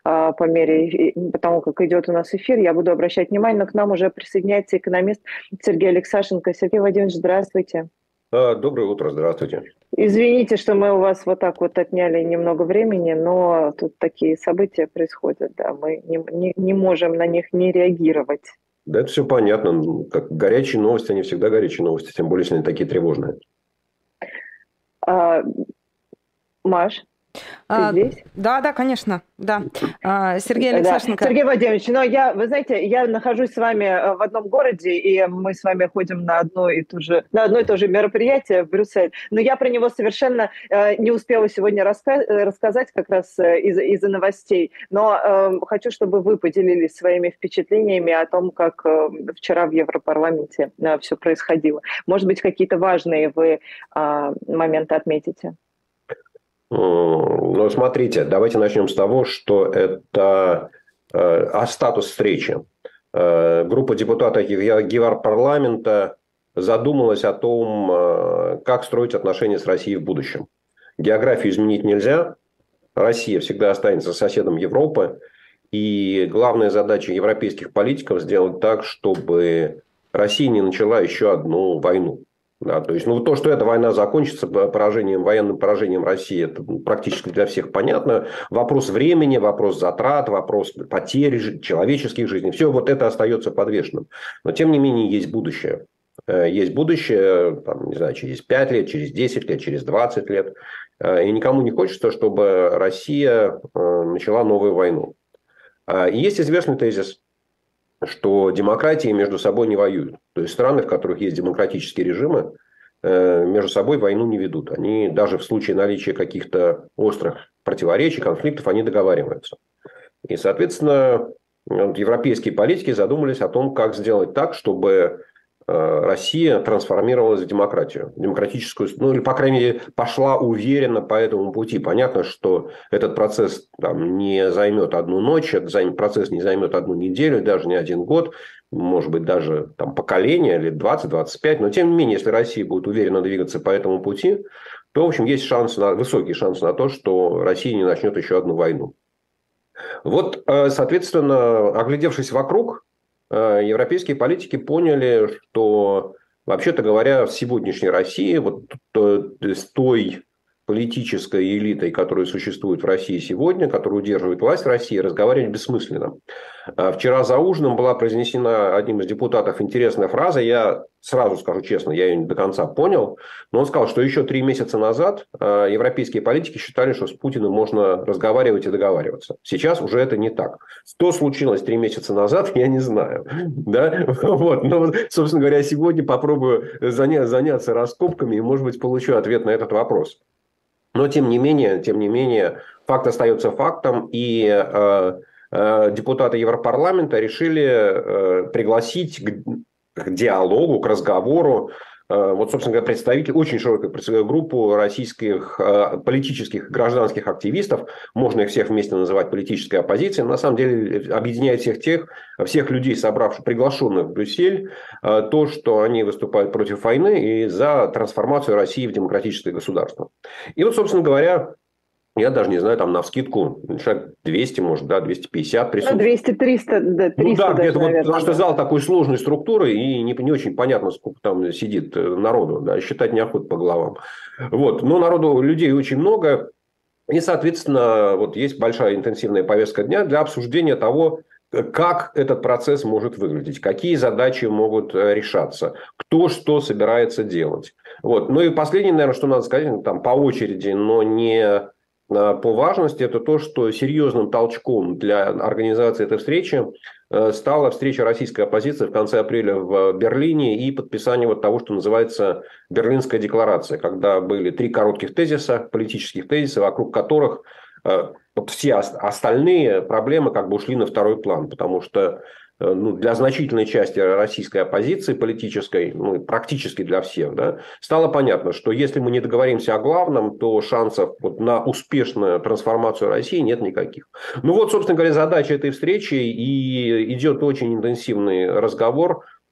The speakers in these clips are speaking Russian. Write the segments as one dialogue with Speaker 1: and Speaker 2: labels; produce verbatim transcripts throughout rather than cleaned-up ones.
Speaker 1: по мере потому, как идет у нас эфир, я буду обращать внимание, но к нам уже присоединяется экономист Сергей Алексашенко. Сергей Владимирович, здравствуйте.
Speaker 2: Доброе утро, здравствуйте.
Speaker 1: Извините, что мы у вас вот так вот отняли немного времени, но тут такие события происходят, да, мы не, не, не можем на них не реагировать.
Speaker 2: Да, это все понятно. Как горячие новости, они всегда горячие новости, тем более, если они такие тревожные.
Speaker 1: А, Маш?
Speaker 3: А,
Speaker 1: Ты здесь?
Speaker 3: да, да, конечно, да. А, Сергей Алексашенко.
Speaker 1: Да. Сергей Владимирович, но я, вы знаете, я нахожусь с вами в одном городе, и мы с вами ходим на одно и то же, на одно и то же мероприятие в Брюссель, но я про него совершенно э, не успела сегодня раска- рассказать как раз э, из- из-за новостей, но э, хочу, чтобы вы поделились своими впечатлениями о том, как э, вчера в Европарламенте э, все происходило. Может быть, какие-то важные вы э, моменты отметите?
Speaker 2: Ну, смотрите, давайте начнем с того, что это э, а статус встречи. Э, группа депутатов Европарламента задумалась о том, э, как строить отношения с Россией в будущем. Географию изменить нельзя. Россия всегда останется соседом Европы. И главная задача европейских политиков сделать так, чтобы Россия не начала еще одну войну. Да, то есть, ну, то, что эта война закончится поражением, военным поражением России, это практически для всех понятно. Вопрос времени, вопрос затрат, вопрос потерь человеческих жизней. Все вот это остается подвешенным. Но, тем не менее, есть будущее. Есть будущее, там, не знаю, через пять лет, через десять лет, через двадцать лет. И никому не хочется, чтобы Россия начала новую войну. И есть известный тезис, что демократии между собой не воюют. То есть страны, в которых есть демократические режимы, между собой войну не ведут. Они даже в случае наличия каких-то острых противоречий, конфликтов, они договариваются. И, соответственно, европейские политики задумались о том, как сделать так, чтобы Россия трансформировалась в демократию, демократическую, ну или, по крайней мере, пошла уверенно по этому пути. Понятно, что этот процесс там, не займет одну ночь, этот процесс не займет одну неделю, даже не один год, может быть, даже там, поколение, лет двадцать-двадцать пять. Но, тем не менее, если Россия будет уверенно двигаться по этому пути, то, в общем, есть шанс на, высокий шанс на то, что Россия не начнет еще одну войну. Вот, соответственно, оглядевшись вокруг, европейские политики поняли, что, вообще-то говоря, в сегодняшней России, вот с той политической элитой, которая существует в России сегодня, которая удерживает власть в России, разговаривать бессмысленно. Вчера за ужином была произнесена одним из депутатов интересная фраза, я сразу скажу честно, я ее не до конца понял, но он сказал, что еще три месяца назад европейские политики считали, что с Путиным можно разговаривать и договариваться. Сейчас уже это не так. Что случилось три месяца назад, я не знаю. Да? Вот. Но, собственно говоря, сегодня попробую заняться раскопками и, может быть, получу ответ на этот вопрос. Но, тем не менее, тем не менее, факт остается фактом, и э, э, депутаты Европарламента решили э, пригласить к, к диалогу, к разговору, э, вот, собственно говоря, представителей, очень широкую группу российских э, политических и гражданских активистов, можно их всех вместе называть политической оппозицией, на самом деле объединяет всех тех, всех людей, собравших, приглашенных в Брюссель, э, то, что они выступают против войны и за трансформацию России в демократическое государство. И вот, собственно говоря, я даже не знаю, там навскидку, человек двести, может, да, двести пятьдесят присутствует.
Speaker 1: Ну, двести-триста, да, триста
Speaker 2: ну, да,
Speaker 1: даже,
Speaker 2: где-то,
Speaker 1: наверное,
Speaker 2: вот, потому что
Speaker 1: да.
Speaker 2: зал такой сложной структуры, и не, не очень понятно, сколько там сидит народу, да, считать неохота по головам. Вот, но народу, людей очень много, и, соответственно, вот есть большая интенсивная повестка дня для обсуждения того, как этот процесс может выглядеть, какие задачи могут решаться, кто что собирается делать. Вот. Ну и последнее, наверное, что надо сказать, там по очереди, но не по важности, это то, что серьезным толчком для организации этой встречи стала встреча российской оппозиции в конце апреля в Берлине и подписание вот того, что называется Берлинская декларация, когда были три коротких тезиса, политических тезиса, вокруг которых вот все остальные проблемы как бы ушли на второй план, потому что ну, для значительной части российской оппозиции политической, ну, практически для всех, да, стало понятно, что если мы не договоримся о главном, то шансов вот на успешную трансформацию России нет никаких. Ну вот, собственно говоря, задача этой встречи, и идет очень интенсивный разговор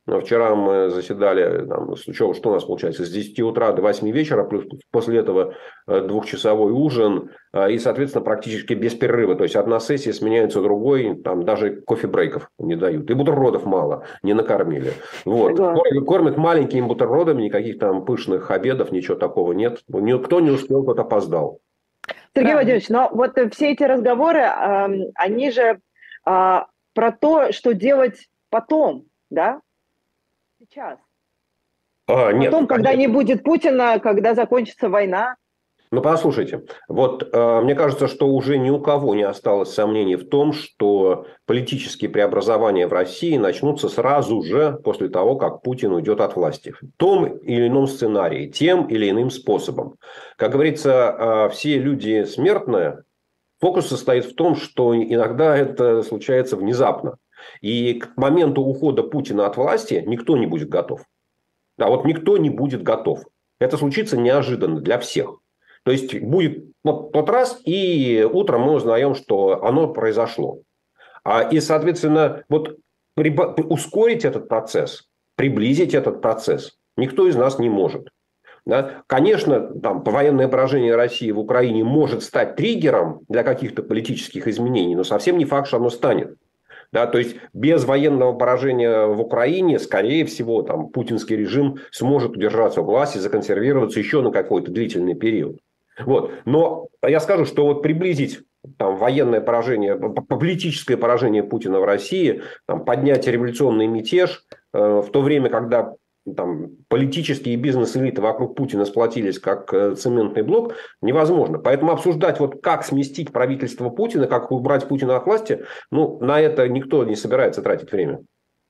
Speaker 2: Вчера мы заседали, там, что, что у нас получается, с десяти утра до восьми вечера, плюс после этого двухчасовой ужин, и, соответственно, практически без перерыва. То есть, одна сессия сменяется другой, там даже кофе-брейков не дают. И бутербродов мало, не накормили. Вот. Кормят маленькими бутербродами, никаких там пышных обедов, ничего такого нет. Кто не успел, тот опоздал.
Speaker 1: Сергей Владимирович, но вот все эти разговоры, они же про то, что делать потом, да? Сейчас. А, нет, Потом, когда конечно. не будет Путина, когда закончится война.
Speaker 2: Ну, послушайте, вот э, мне кажется, что уже ни у кого не осталось сомнений в том, что политические преобразования в России начнутся сразу же после того, как Путин уйдет от власти. В том или ином сценарии, тем или иным способом. Как говорится, э, все люди смертные. Фокус состоит в том, что иногда это случается внезапно. И к моменту ухода Путина от власти никто не будет готов. Да, вот никто не будет готов. Это случится неожиданно для всех. То есть, будет вот тот раз, и утром мы узнаем, что оно произошло. А, и, соответственно, вот ускорить этот процесс, приблизить этот процесс никто из нас не может. Да? Конечно, там, военное поражение России в Украине может стать триггером для каких-то политических изменений, но совсем не факт, что оно станет. Да, то есть, без военного поражения в Украине, скорее всего, там, путинский режим сможет удержаться у власти, законсервироваться еще на какой-то длительный период. Вот. Но я скажу, что вот приблизить там, военное поражение, политическое поражение Путина в России, там, поднять революционный мятеж, э, в то время, когда там, политические и бизнес-элиты вокруг Путина сплотились как цементный блок, невозможно. Поэтому обсуждать, вот, как сместить правительство Путина, как убрать Путина от власти, ну, на это никто не собирается тратить время.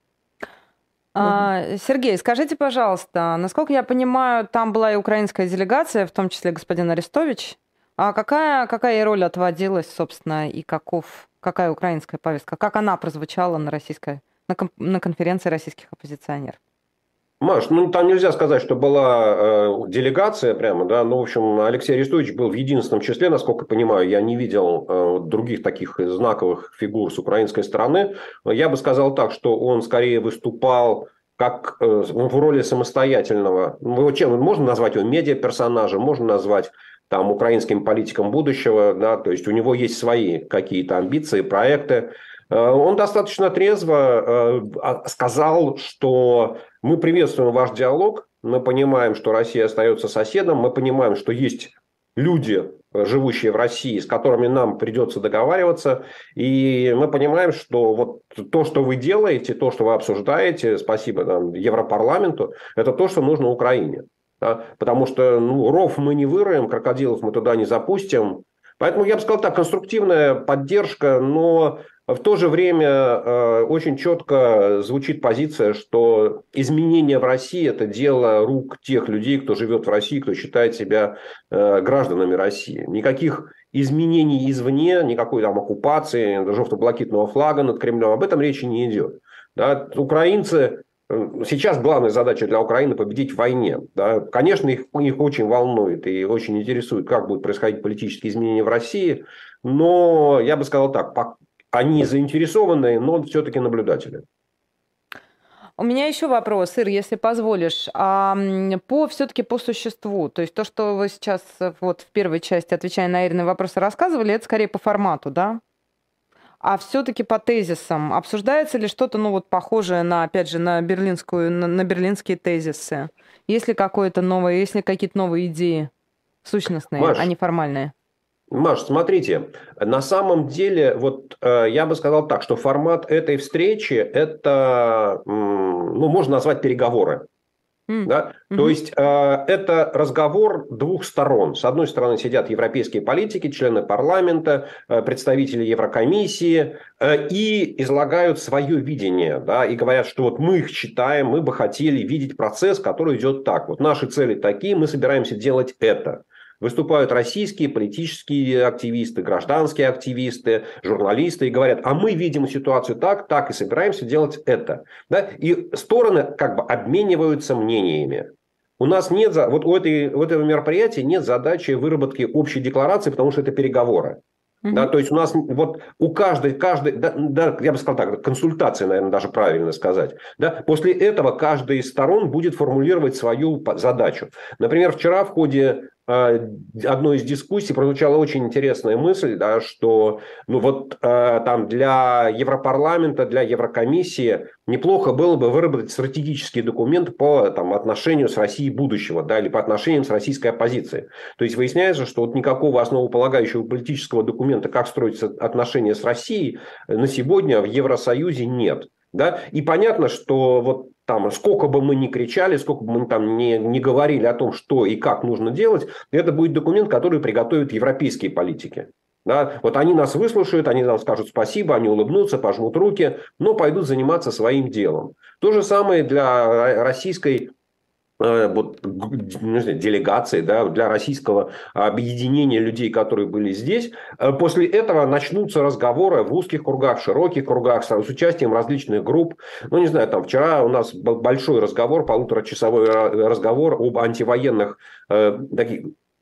Speaker 3: Сергей, скажите, пожалуйста, насколько я понимаю, там была и украинская делегация, в том числе господин Арестович. А какая, какая роль отводилась, собственно, и каков, какая украинская повестка? Как она прозвучала на, российской, на, на конференции российских оппозиционеров?
Speaker 2: Маш, ну там нельзя сказать, что была э, делегация прямо, да, но, в общем, Алексей Арестович был в единственном числе, насколько понимаю, я не видел э, других таких знаковых фигур с украинской стороны. Я бы сказал так, что он скорее выступал как э, в роли самостоятельного, ну, чем, можно назвать его медиаперсонажем, можно назвать там украинским политиком будущего, да, то есть у него есть свои какие-то амбиции, проекты. Он достаточно трезво сказал, что мы приветствуем ваш диалог, мы понимаем, что Россия остается соседом, мы понимаем, что есть люди, живущие в России, с которыми нам придется договариваться, и мы понимаем, что вот то, что вы делаете, то, что вы обсуждаете, спасибо там, Европарламенту, это то, что нужно Украине. Да? Потому что ну, ров мы не выроем, крокодилов мы туда не запустим. Поэтому я бы сказал так, конструктивная поддержка, но в то же время э, очень четко звучит позиция, что изменения в России – это дело рук тех людей, кто живет в России, кто считает себя э, гражданами России. Никаких изменений извне, никакой там оккупации, желто-блакитного флага над Кремлем, об этом речи не идет. Да? Украинцы… Сейчас главная задача для Украины – победить в войне. Да? Конечно, их, их очень волнует и очень интересует, как будут происходить политические изменения в России. Но я бы сказал так, они заинтересованные, но все-таки наблюдатели.
Speaker 3: У меня еще вопрос, Ир, если позволишь. А по, все-таки по существу, то есть то, что вы сейчас вот в первой части, отвечая на Ирины вопросы, рассказывали, это скорее по формату, да? А все-таки по тезисам обсуждается ли что-то, ну вот похожее на, опять же, на берлинскую, на, на берлинские тезисы? Есть ли какое-то новое, есть ли какие-то новые идеи сущностные, Маш, а не формальные?
Speaker 2: Маш, смотрите, на самом деле, вот э, я бы сказал так, что формат этой встречи это, ну, можно назвать переговоры. Mm. Да? Mm-hmm. То есть, э, это разговор двух сторон. С одной стороны сидят европейские политики, члены парламента, э, представители Еврокомиссии э, и излагают свое видение. Да? И говорят, что вот мы их считаем, мы бы хотели видеть процесс, который идет так. Вот наши цели такие, мы собираемся делать это. Выступают российские политические активисты, гражданские активисты, журналисты и говорят, а мы видим ситуацию так, так и собираемся делать это. Да? И стороны как бы обмениваются мнениями. У нас нет, вот у, этой, у этого мероприятия нет задачи выработки общей декларации, потому что это переговоры.
Speaker 3: Угу.
Speaker 2: Да, то есть у нас вот у каждой, каждой да, да, я бы сказал так, консультации, наверное, даже правильно сказать. Да, после этого каждая из сторон будет формулировать свою задачу. Например, вчера в ходе э, одной из дискуссий прозвучала очень интересная мысль, да, что ну, вот, э, там для Европарламента, для Еврокомиссии неплохо было бы выработать стратегический документ по там, отношению с Россией будущего, да, или по отношениям с российской оппозицией. То есть выясняется, что вот никакого основополагающего политического документа, как строить отношения с Россией, на сегодня в Евросоюзе нет. Да? И понятно, что вот там, сколько бы мы ни кричали, сколько бы мы там не, не говорили о том, что и как нужно делать, это будет документ, который приготовят европейские политики. Да? Вот они нас выслушают, они нам скажут спасибо, они улыбнутся, пожмут руки, но пойдут заниматься своим делом. То же самое для российской вот, делегации, да, для российского объединения людей, которые были здесь. После этого начнутся разговоры в узких кругах, в широких кругах, с участием различных групп. Ну, не знаю, там вчера у нас был большой разговор, полуторачасовой разговор об антивоенных э, таких,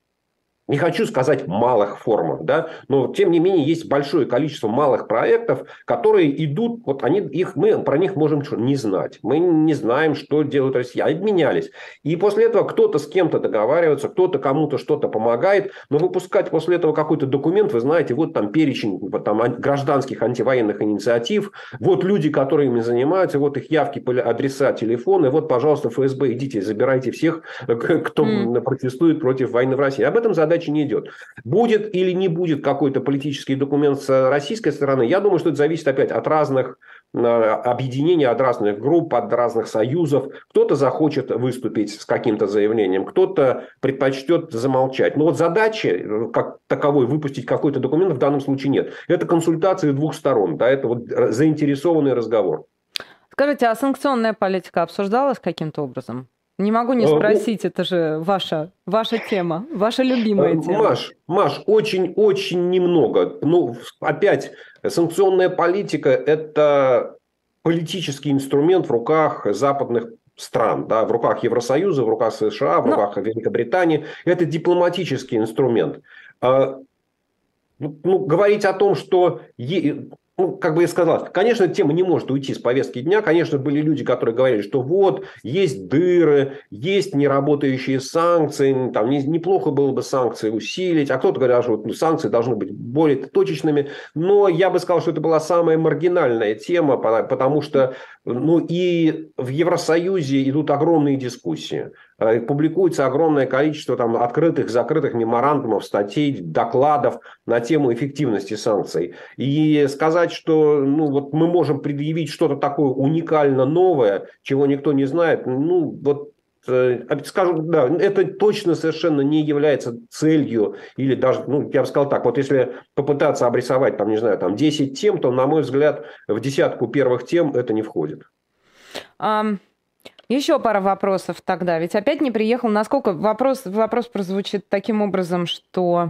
Speaker 2: не хочу сказать малых формах, да, но тем не менее есть большое количество малых проектов, которые идут, вот они, их, мы про них можем не знать. Мы не знаем, что делают россияне. Обменялись. И после этого кто-то с кем-то договаривается, кто-то кому-то что-то помогает, но выпускать после этого какой-то документ, вы знаете, вот там перечень вот там, гражданских антивоенных инициатив, вот люди, которые ими занимаются, вот их явки, адреса, телефоны, вот, пожалуйста, эф эс бэ, идите, забирайте всех, кто mm. протестует против войны в России. Об этом задача не идет. Будет или не будет какой-то политический документ с российской стороны, я думаю, что это зависит опять от разных объединений, от разных групп, от разных союзов. Кто-то захочет выступить с каким-то заявлением, кто-то предпочтет замолчать. Но вот задачи, как таковой, выпустить какой-то документ в данном случае нет. Это консультации двух сторон, да, это вот заинтересованный разговор.
Speaker 3: Скажите, а санкционная политика обсуждалась каким-то образом? Не могу не спросить, это же ваша, ваша тема, ваша любимая тема.
Speaker 2: Маш, Маш, очень-очень немного. Ну, опять, санкционная политика – это политический инструмент в руках западных стран, да, в руках Евросоюза, в руках США, в руках Но... Великобритании. Это дипломатический инструмент. Ну, говорить о том, что... Ну, как бы я сказал, конечно, эта тема не может уйти с повестки дня. Конечно, были люди, которые говорили, что вот, есть дыры, есть неработающие санкции, там не, неплохо было бы санкции усилить. А кто-то говорил, что ну, санкции должны быть более точечными. Но я бы сказал, что это была самая маргинальная тема, потому что ну, и в Евросоюзе идут огромные дискуссии. Публикуется огромное количество там, открытых, закрытых меморандумов, статей, докладов на тему эффективности санкций. И сказать, что ну, вот мы можем предъявить что-то такое уникально новое, чего никто не знает, ну, вот скажу, да, это точно совершенно не является целью, или даже, ну, я бы сказал так, вот если попытаться обрисовать, там, не знаю, там десять тем, то, на мой взгляд, в десятку первых тем это не входит.
Speaker 3: Um... Еще пара вопросов тогда. Ведь опять не приехал. Насколько вопрос, вопрос прозвучит таким образом, что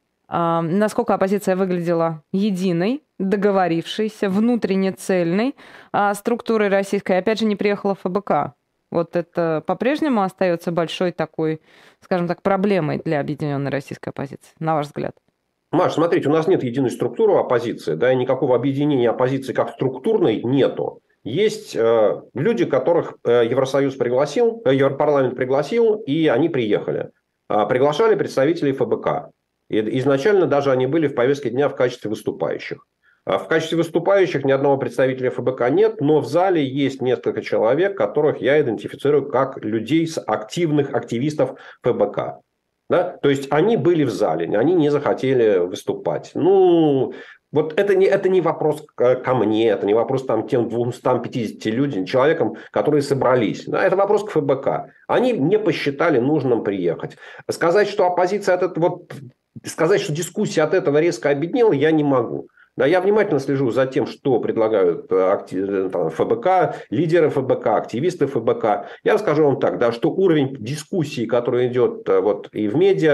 Speaker 3: э, насколько оппозиция выглядела единой, договорившейся, внутренне цельной э, структурой российской. Опять же, не приехала эф бэ ка. Вот это по-прежнему остается большой такой, скажем так, проблемой для объединенной российской оппозиции, на ваш взгляд?
Speaker 2: Маш, смотрите, у нас нет единой структуры оппозиции, да, и никакого объединения оппозиции как структурной нету. Есть э, люди, которых э, Евросоюз пригласил, э, Европарламент пригласил, и они приехали. Э, приглашали представителей эф бэ ка. И изначально даже они были в повестке дня в качестве выступающих. Э, в качестве выступающих ни одного представителя эф бэ ка нет, но в зале есть несколько человек, которых я идентифицирую как людей с активных активистов эф бэ ка. Да? То есть они были в зале, они не захотели выступать. Ну... Вот это не, это не вопрос ко мне, это не вопрос там, тем двумстам пятидесяти людям, человекам, которые собрались. Да, это вопрос к эф бэ ка. Они не посчитали нужным приехать. Сказать, что оппозиция от этого, вот, сказать, что дискуссия от этого резко обеднела, я не могу. Да, я внимательно слежу за тем, что предлагают актив, там, эф бэ ка, лидеры эф бэ ка, активисты эф бэ ка. Я скажу вам так, да, что уровень дискуссии, который идет вот, и в медиа,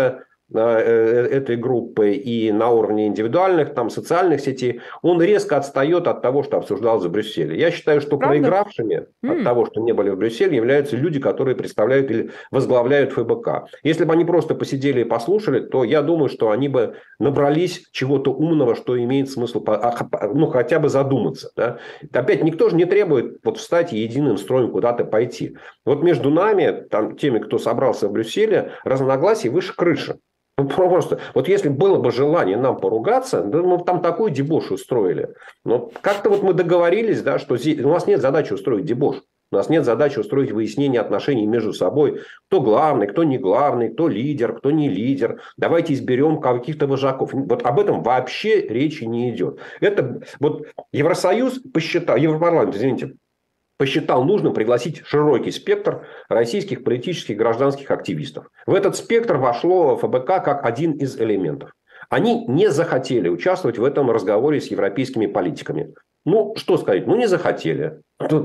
Speaker 2: этой группы и на уровне индивидуальных там, социальных сетей, он резко отстает от того, что обсуждалось в Брюсселе. Я считаю, что
Speaker 3: Правда?
Speaker 2: проигравшими mm. от того, что не были в Брюсселе, являются люди, которые представляют или возглавляют ФБК. Если бы они просто посидели и послушали, то я думаю, что они бы набрались чего-то умного, что имеет смысл ну, хотя бы задуматься. Да? Опять, никто же не требует вот, встать и единым строем куда-то пойти. Вот между нами, там, теми, кто собрался в Брюсселе, разногласий выше крыши. Ну, просто, вот если было бы желание нам поругаться, да, мы там такой дебош устроили. Но как-то вот мы договорились, да, что здесь, у нас нет задачи устроить дебош. У нас нет задачи устроить выяснение отношений между собой. Кто главный, кто не главный, кто лидер, кто не лидер. Давайте изберем каких-то вожаков. Вот об этом вообще речи не идет. Это вот Евросоюз посчитал, Европарламент, извините, посчитал нужным пригласить широкий спектр российских политических и гражданских активистов. В этот спектр вошло ФБК как один из элементов. Они не захотели участвовать в этом разговоре с европейскими политиками. Ну, что сказать, ну не захотели.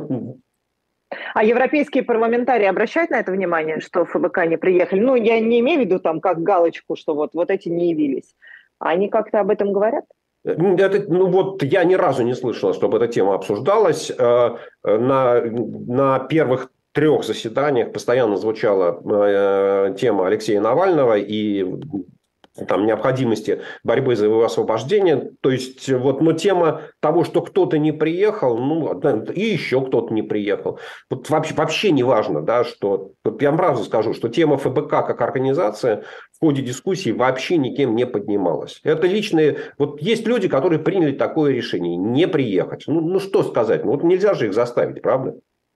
Speaker 1: А европейские парламентарии обращают на это внимание, что ФБК не приехали? Ну, я не имею в виду там как галочку, что вот, вот эти не явились. Они как-то об этом говорят?
Speaker 2: Это, ну вот я ни разу не слышал, чтобы эта тема обсуждалась. На, на первых трех заседаниях постоянно звучала тема Алексея Навального и там, необходимости борьбы за его освобождение. То есть, вот, но тема того, что кто-то не приехал, ну, и еще кто-то не приехал. Вот вообще, вообще не важно, да, что... Вот я вам правду скажу, что тема ФБК как организация в ходе дискуссии вообще никем не поднималась. Это личные... Вот есть люди, которые приняли такое решение, не приехать. Ну, ну что сказать? Ну, вот нельзя же их заставить, правда?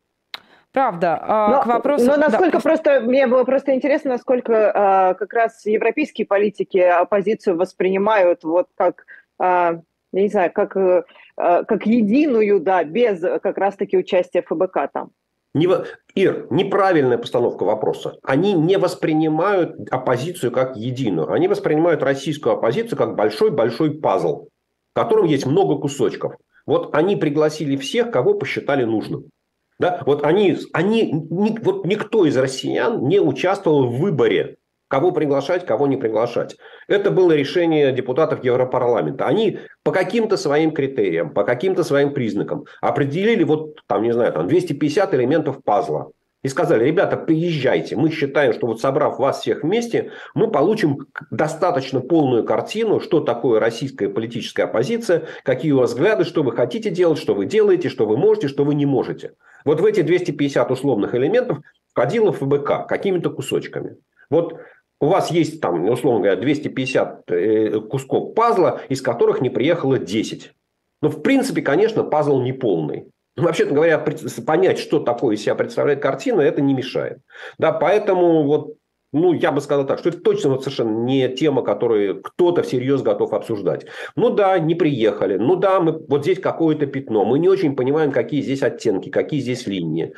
Speaker 3: Правда. А,
Speaker 1: но,
Speaker 3: к вопросу...
Speaker 1: но насколько
Speaker 3: да.
Speaker 1: просто, мне было просто интересно, насколько а, как раз европейские политики оппозицию воспринимают вот как, а, я не знаю, как, а, как единую, да, без как раз-таки участия ФБК там.
Speaker 2: Не, Ир, неправильная постановка вопроса. Они не воспринимают оппозицию как единую. Они воспринимают российскую оппозицию как большой-большой пазл, в котором есть много кусочков. Вот они пригласили всех, кого посчитали нужным. Да? Вот, они, они, ни, вот никто из россиян не участвовал в выборе, кого приглашать, кого не приглашать. Это было решение депутатов Европарламента. Они по каким-то своим критериям, по каким-то своим признакам определили вот, там, не знаю, там двести пятьдесят элементов пазла. И сказали: ребята, приезжайте. Мы считаем, что вот собрав вас всех вместе, мы получим достаточно полную картину, что такое российская политическая оппозиция, какие у вас взгляды, что вы хотите делать, что вы делаете, что вы можете, что вы не можете. Вот в эти двести пятьдесят условных элементов входило ФБК какими-то кусочками. Вот у вас есть там, условно говоря, двести пятьдесят кусков пазла, из которых не приехало десять. Но в принципе, конечно, пазл не полный. Вообще-то говоря, понять, что такое из себя представляет картина, это не мешает. Да, поэтому вот, ну, я бы сказал так, что это точно вот совершенно не тема, которую кто-то всерьез готов обсуждать. Ну да, не приехали. Ну да, мы, вот здесь какое-то пятно. Мы не очень понимаем, какие здесь оттенки, какие здесь линии.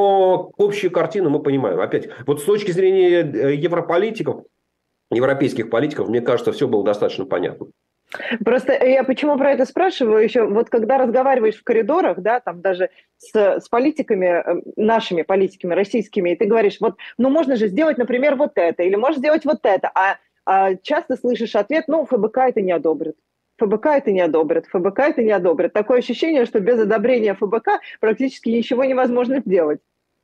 Speaker 2: Но общую картину мы понимаем. Опять, вот с точки зрения европолитиков, европейских политиков, мне кажется, все было достаточно понятно.
Speaker 1: Просто я почему про это спрашиваю еще, вот когда разговариваешь в коридорах, да, там даже с, с политиками, нашими политиками, российскими, и ты говоришь, вот, ну можно же сделать, например, вот это, или можно сделать вот это, а, а часто слышишь ответ, ну ФБК это не одобрит. ФБК это не одобрит, ФБК это не одобрит. Такое ощущение, что без одобрения ФБК практически ничего невозможно сделать.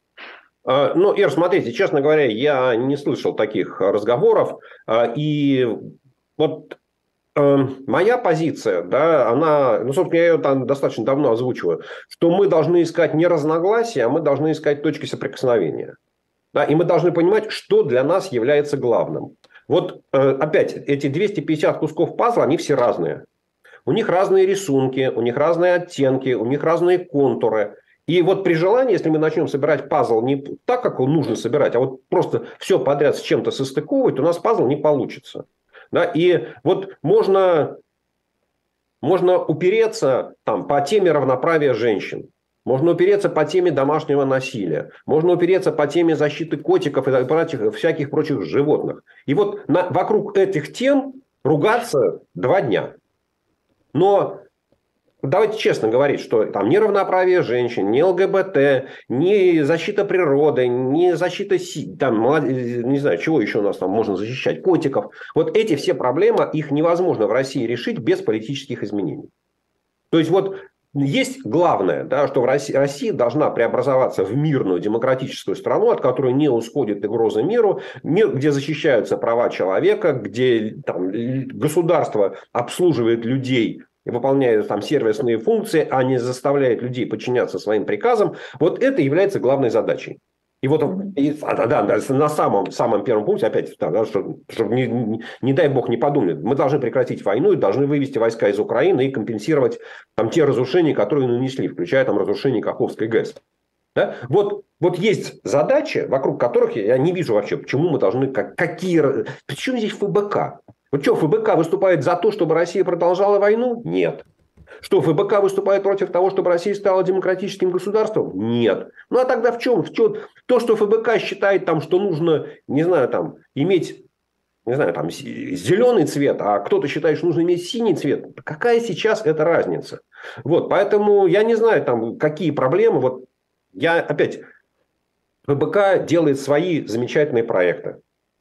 Speaker 2: Ну, Ир, смотрите, честно говоря, я не слышал таких разговоров, и вот... Моя позиция, да, она, ну, собственно, я ее там достаточно давно озвучиваю, что мы должны искать не разногласия, а мы должны искать точки соприкосновения. Да, и мы должны понимать, что для нас является главным. Вот опять, эти двести пятьдесят кусков пазла, они все разные. У них разные рисунки, у них разные оттенки, у них разные контуры. И вот при желании, если мы начнем собирать пазл не так, как его нужно собирать, а вот просто все подряд с чем-то состыковывать, то у нас пазл не получится. Да, и вот можно, можно упереться там, по теме равноправия женщин, можно упереться по теме домашнего насилия, можно упереться по теме защиты котиков и прочих, всяких прочих животных. И вот на, вокруг этих тем ругаться два дня. Но давайте честно говорить, что там ни равноправие женщин, ни ЛГБТ, ни защита природы, ни защита, там, не знаю, чего еще у нас там можно защищать, котиков. Вот эти все проблемы, их невозможно в России решить без политических изменений. То есть вот есть главное, да, что в России, Россия должна преобразоваться в мирную демократическую страну, от которой не исходит угроза миру, мир, где защищаются права человека, где там, государство обслуживает людей и выполняет там сервисные функции, а не заставляет людей подчиняться своим приказам. Вот это является главной задачей. И вот и, да, да, на самом, самом первом пункте, опять, да, чтобы, чтобы не, не, не дай бог не подумали, мы должны прекратить войну и должны вывести войска из Украины и компенсировать там, те разрушения, которые нанесли, включая там, разрушение Каховской ГЭС. Да? Вот, вот есть задачи, вокруг которых я не вижу вообще, почему мы должны, как, какие... Почему здесь ФБК? Вот что, ФБК выступает за то, чтобы Россия продолжала войну? Нет. Что, ФБК выступает против того, чтобы Россия стала демократическим государством? Нет. Ну, а тогда в чем? В чем? То, что ФБК считает, там, что нужно, не знаю, там, иметь, не знаю, там, зеленый цвет, а кто-то считает, что нужно иметь синий цвет. Какая сейчас эта разница? Вот, поэтому я не знаю, там, какие проблемы. Вот я, опять, ФБК делает свои замечательные проекты.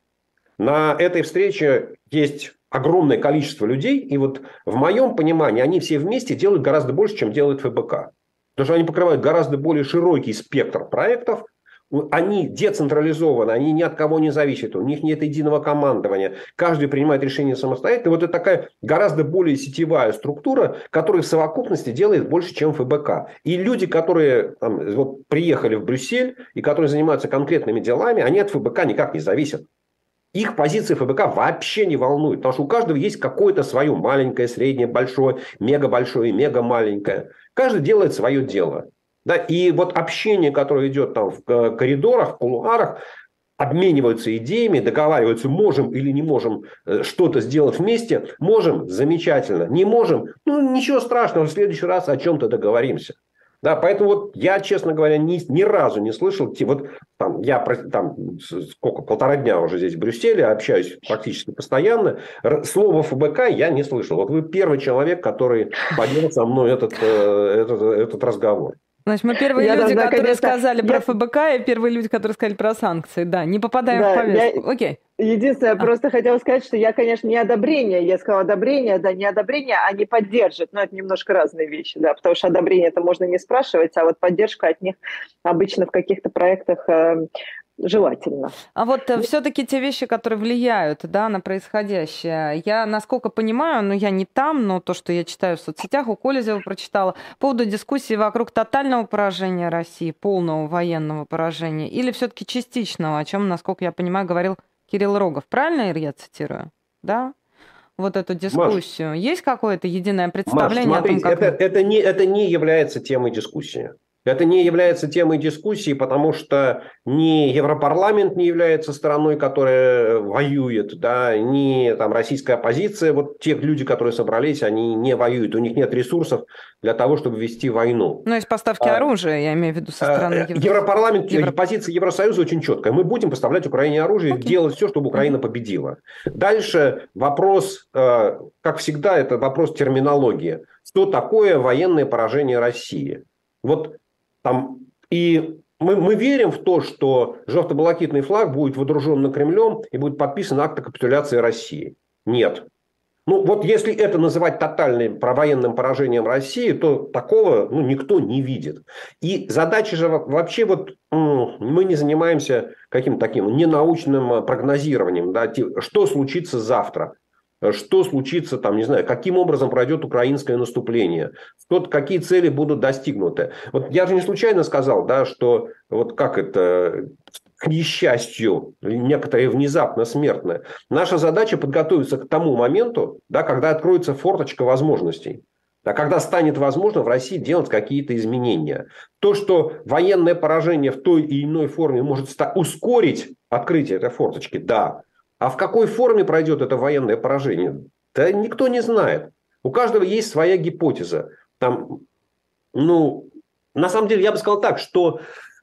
Speaker 2: На этой встрече есть огромное количество людей, и вот в моем понимании они все вместе делают гораздо больше, чем делает ФБК. Потому что они покрывают гораздо более широкий спектр проектов, они децентрализованы, они ни от кого не зависят, у них нет единого командования, каждый принимает решение самостоятельно. Вот это такая гораздо более сетевая структура, которая в совокупности делает больше, чем ФБК. И люди, которые там, вот, приехали в Брюссель и которые занимаются конкретными делами, они от ФБК никак не зависят. Их позиции ФБК вообще не волнуют, потому что у каждого есть какое-то свое маленькое, среднее, большое, мега большое, мега маленькое. Каждый делает свое дело. Да? И вот общение, которое идет там в коридорах, в кулуарах, обмениваются идеями, договариваются, можем или не можем что-то сделать вместе. Можем, замечательно. Не можем, ну ничего страшного, в следующий раз о чем-то договоримся. Да, поэтому вот я, честно говоря, ни, ни разу не слышал, вот там, я там, сколько, полтора дня уже здесь в Брюсселе, общаюсь практически постоянно, слово ФБК я не слышал. Вот вы первый человек, который поднял со мной этот, этот, этот разговор.
Speaker 3: Значит, мы первые я люди, которые сказали я... про ФБК, и первые люди, которые сказали про санкции. Да, не попадаем да, в повестку. Я... Окей.
Speaker 1: Единственное, а. просто хотела сказать, что я, конечно, не одобрение. Я сказала одобрение, да, не одобрение, а не поддержит. Но это немножко разные вещи, да, потому что одобрение это можно не спрашивать, а вот поддержка от них обычно в каких-то проектах э, желательно.
Speaker 3: А вот все-таки те вещи, которые влияют, да, на происходящее, я, насколько понимаю, ну, я не там, но то, что я читаю в соцсетях, у Колезева прочитала, по поводу дискуссии вокруг тотального поражения России, полного военного поражения, или все-таки частичного, о чем, насколько я понимаю, говорил Кирилл Рогов. Правильно, Ир, я цитирую? Да? Вот эту дискуссию. Маш, есть какое-то единое представление
Speaker 2: Маш, смотрите,
Speaker 3: о том, как...
Speaker 2: Это, это, не, это не является темой дискуссии. Это не является темой дискуссии, потому что ни Европарламент не является страной, которая воюет, да, ни там, российская оппозиция, вот те люди, которые собрались, они не воюют, у них нет ресурсов для того, чтобы вести войну.
Speaker 3: Ну, из поставки а, оружия, я имею в виду, со стороны
Speaker 2: Евро... Европарламент, Евро... позиция Евросоюза очень четкая. Мы будем поставлять Украине оружие, okay. делать все, чтобы Украина победила. Дальше вопрос, как всегда, это вопрос терминологии. Что такое военное поражение России? Вот там, и мы, мы верим в то, что желто-блакитный флаг будет водружен над Кремлем и будет подписан акт о капитуляции России. Нет. Ну, вот если это называть тотальным военным поражением России, то такого ну, никто не видит. И задача же вообще, вот мы не занимаемся каким-то таким ненаучным прогнозированием, да, что случится завтра. Что случится, там, не знаю, каким образом пройдет украинское наступление, что, какие цели будут достигнуты. Вот я же не случайно сказал, да, что вот как это, к несчастью, некоторые внезапно смертное. Наша задача подготовиться к тому моменту, да, когда откроется форточка возможностей. А когда станет возможно в России делать какие-то изменения. То, что военное поражение в той или иной форме может ускорить открытие этой форточки, да. А в какой форме пройдет это военное поражение? Да никто не знает. У каждого есть своя гипотеза. Там, ну, на самом деле, я бы сказал так, что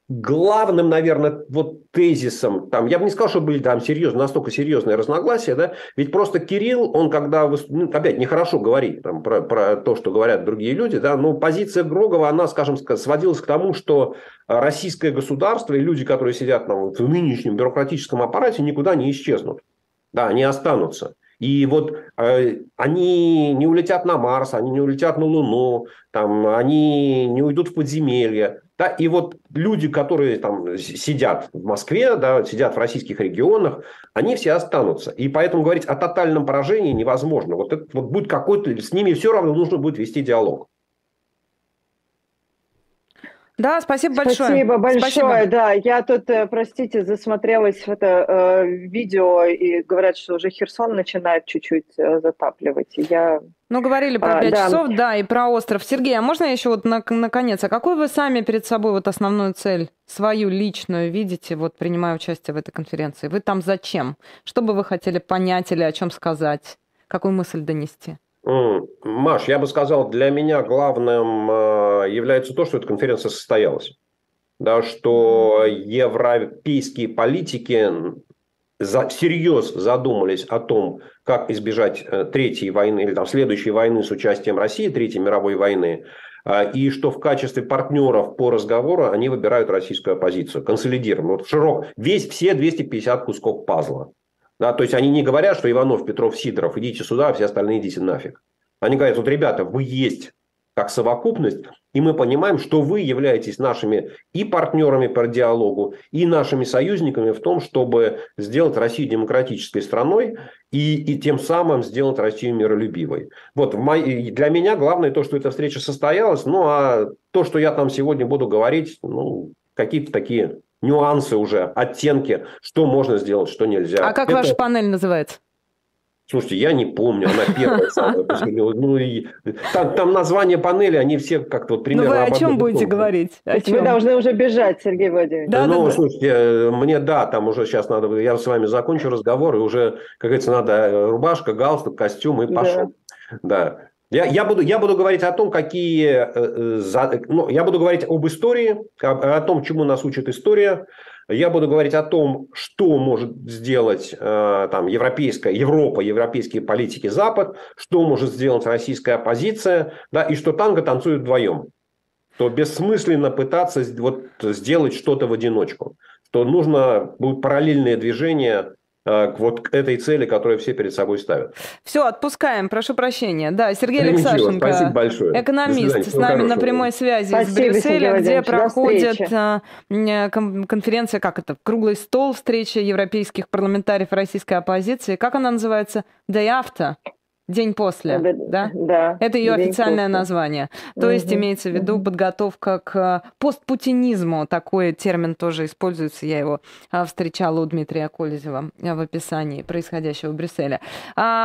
Speaker 2: главным, наверное, вот тезисом, там, я бы не сказал, что были там серьезные, настолько серьезные разногласия, да, ведь просто Кирилл, он когда, ну, опять, нехорошо говорить там, про, про то, что говорят другие люди, да, но позиция Грогова, она, скажем, сводилась к тому, что российское государство и люди, которые сидят там, в нынешнем бюрократическом аппарате, никуда не исчезнут, да, они останутся. И вот э, они не улетят на Марс, они не улетят на Луну, там, они не уйдут в подземелье. Да? И вот люди, которые там сидят в Москве, да, сидят в российских регионах, они все останутся. И поэтому говорить о тотальном поражении невозможно. Вот это вот будет какой-то, с ними все равно нужно будет вести диалог.
Speaker 3: Да, спасибо большое.
Speaker 1: Спасибо большое.
Speaker 3: Спасибо.
Speaker 1: Да, я тут, простите, засмотрелась в это э, видео, и говорят, что уже Херсон начинает чуть-чуть э, затапливать. И я...
Speaker 3: Ну, говорили про
Speaker 1: а,
Speaker 3: пять
Speaker 1: да.
Speaker 3: часов, да, и про остров. Сергей, а можно еще вот на, наконец, а какую вы сами перед собой вот основную цель, свою личную, видите, вот принимая участие в этой конференции? Вы там зачем? Что бы вы хотели понять или о чем сказать? Какую мысль донести?
Speaker 2: Маш, я бы сказал, для меня главным является то, что эта конференция состоялась. Да, что европейские политики всерьез задумались о том, как избежать третьей войны или там, следующей войны с участием России, Третьей мировой войны, и что в качестве партнеров по разговору они выбирают российскую оппозицию, консолидированно. Вот широк, весь, все двести пятьдесят кусков пазла. Да, то есть они не говорят, что Иванов, Петров, Сидоров, идите сюда, а все остальные идите нафиг. Они говорят, вот, ребята, вы есть как совокупность, и мы понимаем, что вы являетесь нашими и партнерами по диалогу, и нашими союзниками в том, чтобы сделать Россию демократической страной и, и тем самым сделать Россию миролюбивой. Вот в моей, для меня главное то, что эта встреча состоялась, ну а то, что я там сегодня буду говорить, ну, какие-то такие... нюансы уже, оттенки, что можно сделать, что нельзя.
Speaker 3: А как
Speaker 2: Это...
Speaker 3: ваша панель называется?
Speaker 2: Слушайте, я не помню, она первая самая. Ну, и... там, там название панели, они все как-то вот примерно...
Speaker 3: Ну вы о чем
Speaker 2: будете
Speaker 3: помню. говорить? О чем?
Speaker 1: Вы должны уже бежать, Сергей Владимирович.
Speaker 2: Да, ну,
Speaker 3: да,
Speaker 2: слушайте, мне да, там уже сейчас надо... Я с вами закончу разговор, и уже, как говорится, надо рубашка, галстук, костюм, и пошел. Да. да. Я, я, буду, я буду говорить о том, какие... Э, за, ну, я буду говорить об истории, о, о том, чему нас учит история. Я буду говорить о том, что может сделать э, там, европейская, Европа, европейские политики, Запад, что может сделать российская оппозиция, да, и что танго танцуют вдвоем. То бессмысленно пытаться вот, сделать что-то в одиночку. Что нужно будут параллельные движения к вот к этой цели, которую все перед собой ставят.
Speaker 3: Все, отпускаем, прошу прощения. Да, Сергей
Speaker 2: да
Speaker 3: Алексашенко,
Speaker 2: ничего, спасибо большое.
Speaker 3: экономист, с нами на прямой связи
Speaker 1: спасибо,
Speaker 3: из Брюсселя, где проходит
Speaker 1: встречи.
Speaker 3: конференция, как это, круглый стол, встреча европейских парламентариев российской оппозиции. Как она называется? Day after? День после,
Speaker 1: да?
Speaker 3: да?
Speaker 1: Да.
Speaker 3: Это ее официальное
Speaker 1: после.
Speaker 3: название. То
Speaker 1: угу,
Speaker 3: есть имеется в виду угу. подготовка к постпутинизму. Такой термин тоже используется. Я его встречала у Дмитрия Колезева в описании происходящего в Брюсселе.